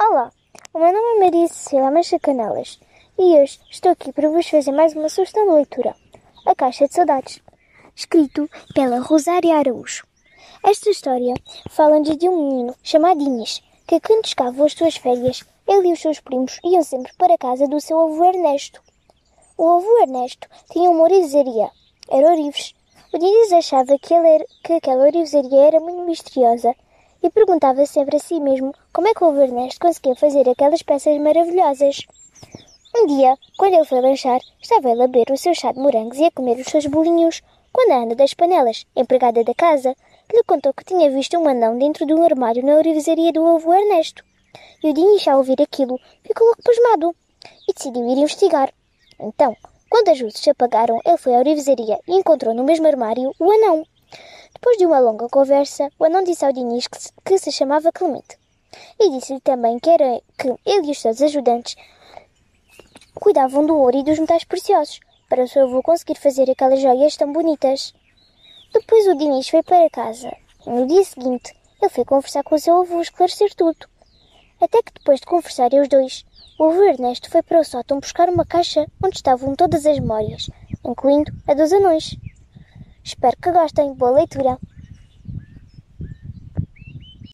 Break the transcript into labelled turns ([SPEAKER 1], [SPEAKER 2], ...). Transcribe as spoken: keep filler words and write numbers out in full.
[SPEAKER 1] Olá, o meu nome é Maria Cecília Mancha Canelas e hoje estou aqui para vos fazer mais uma sugestão de leitura, A Caixa de Saudades, escrito pela Rosária Araújo. Esta história fala-nos de um menino chamado Inês, que quando chegavam as suas férias, ele e os seus primos iam sempre para a casa do seu avô Ernesto. O avô Ernesto tinha uma orivesaria, era Orives. O Inês achava que, ele era, que aquela orivesaria era muito misteriosa e perguntava sempre a si mesmo como é que o avô Ernesto conseguia fazer aquelas peças maravilhosas. Um dia, quando ele foi lanchar, estava ele a beber o seu chá de morangos e a comer os seus bolinhos, quando a Ana das Panelas, empregada da casa, lhe contou que tinha visto um anão dentro de um armário na orivesaria do avô Ernesto. E o Dinis, ao ouvir aquilo, ficou logo pasmado e decidiu ir investigar. Então, quando as luzes se apagaram, ele foi à orivesaria e encontrou no mesmo armário o anão. Depois de uma longa conversa, o anão disse ao Dinis que se, que se chamava Clemente. E disse-lhe também que, era, que ele e os seus ajudantes cuidavam do ouro e dos metais preciosos, para o seu avô conseguir fazer aquelas joias tão bonitas. Depois o Dinis foi para casa. E no dia seguinte, ele foi conversar com o seu avô, esclarecer tudo. Até que depois de conversarem os dois, o avô Ernesto foi para o sótão buscar uma caixa onde estavam todas as memórias, incluindo a dos anões. Espero que gostem. Boa leitura!